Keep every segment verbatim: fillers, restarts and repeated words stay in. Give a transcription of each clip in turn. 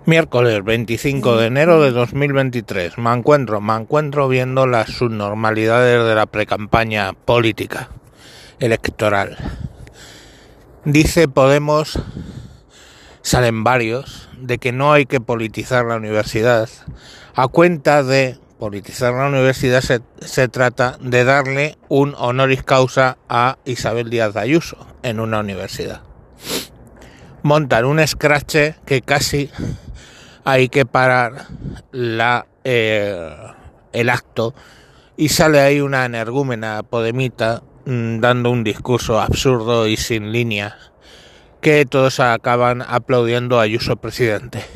Miércoles veinticinco de enero de dos mil veintitrés. Me encuentro, me encuentro viendo las subnormalidades de la precampaña política electoral. Dice Podemos, salen varios, de que no hay que politizar la universidad. A cuenta de politizar la universidad se, se trata de darle un honoris causa a Isabel Díaz Ayuso en una universidad. Montan un escrache que casi hay que parar la eh, el acto y sale ahí una energúmena podemita mmm, dando un discurso absurdo y sin línea que todos acaban aplaudiendo a Ayuso presidente.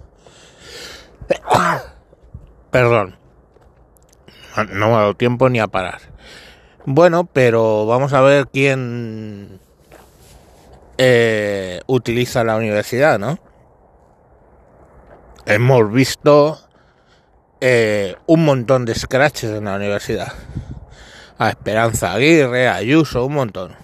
Perdón, no me ha dado tiempo ni a parar. Bueno, pero vamos a ver quién eh, utiliza la universidad, ¿no? Hemos visto eh, un montón de scratches en la universidad. A Esperanza Aguirre, a Ayuso, un montón.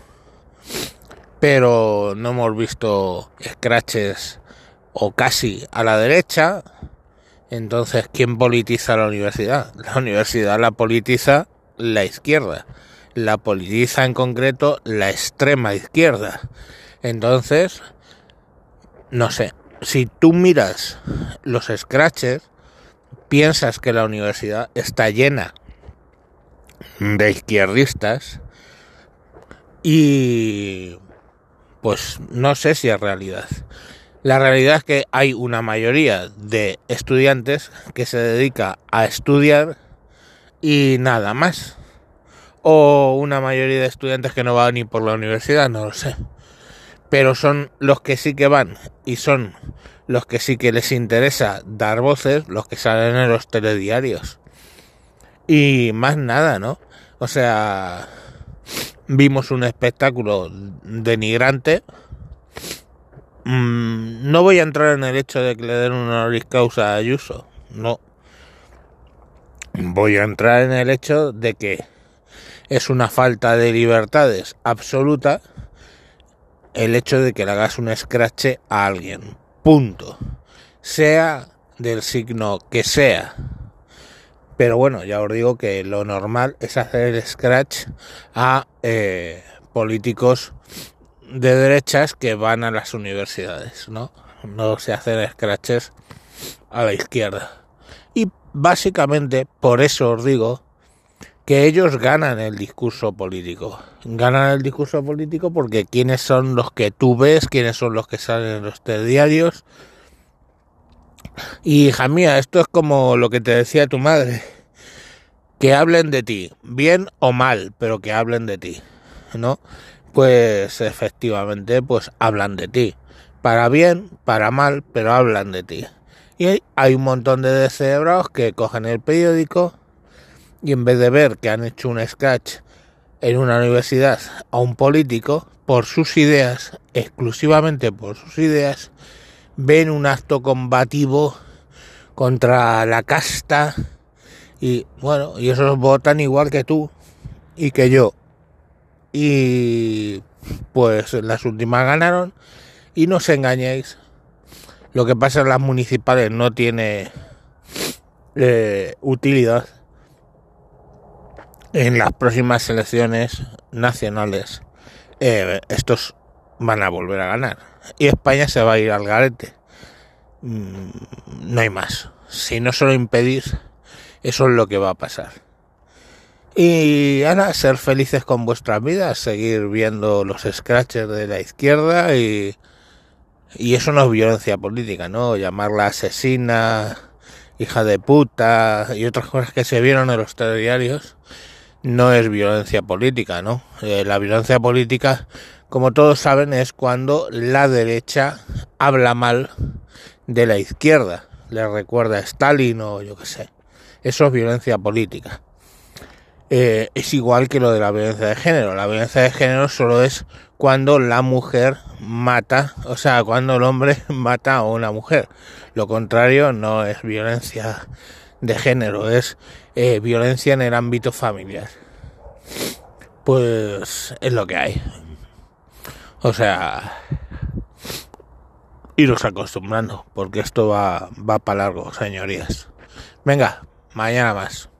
Pero no hemos visto scratches o casi a la derecha. Entonces, ¿quién politiza la universidad? La universidad la politiza la izquierda. La politiza en concreto la extrema izquierda. Entonces, no sé. Si tú miras los scratches, piensas que la universidad está llena de izquierdistas y pues no sé si es realidad. La realidad es que hay una mayoría de estudiantes que se dedica a estudiar y nada más. O una mayoría de estudiantes que no van ni por la universidad, no lo sé. Pero son los que sí que van y son los que sí que les interesa dar voces, los que salen en los telediarios. Y más nada, ¿no? O sea, vimos un espectáculo denigrante. Mm, no voy a entrar en el hecho de que le den un honoris causa a Ayuso, no. Voy a entrar en el hecho de que es una falta de libertades absoluta el hecho de que le hagas un escrache a alguien, punto, sea del signo que sea. Pero bueno, ya os digo que lo normal es hacer el scratch a eh, políticos de derechas que van a las universidades, ¿no? No se hacen scratches a la izquierda. Y básicamente por eso os digo que ellos ganan el discurso político. Ganan el discurso político porque quiénes son los que tú ves, quiénes son los que salen en los telediarios. Y hija mía, esto es como lo que te decía tu madre. Que hablen de ti, bien o mal, pero que hablen de ti, ¿no? Pues efectivamente, pues hablan de ti. Para bien, para mal, pero hablan de ti. Y hay un montón de descerebrados que cogen el periódico y en vez de ver que han hecho un sketch en una universidad a un político por sus ideas, exclusivamente por sus ideas, ven un acto combativo contra la casta y bueno, y esos votan igual que tú y que yo. Y pues las últimas ganaron y no os engañéis. Lo que pasa en las municipales no tiene eh, utilidad. En las próximas elecciones nacionales eh, estos van a volver a ganar y España se va a ir al garete. Mm, no hay más. Si no se lo impedís, eso es lo que va a pasar. Y ahora ser felices con vuestras vidas, seguir viendo los scratches de la izquierda y, y eso no es violencia política, ¿no? Llamarla asesina, hija de puta y otras cosas que se vieron en los telediarios. No es violencia política, ¿no? Eh, la violencia política, como todos saben, es cuando la derecha habla mal de la izquierda. Le recuerda a Stalin o yo qué sé. Eso es violencia política. Eh, es igual que lo de la violencia de género. La violencia de género solo es cuando la mujer mata, o sea, cuando el hombre mata a una mujer. Lo contrario no es violencia de género, es eh, violencia en el ámbito familiar. Pues es lo que hay. O sea, iros acostumbrando, porque esto va, va para largo, señorías. Venga, mañana más.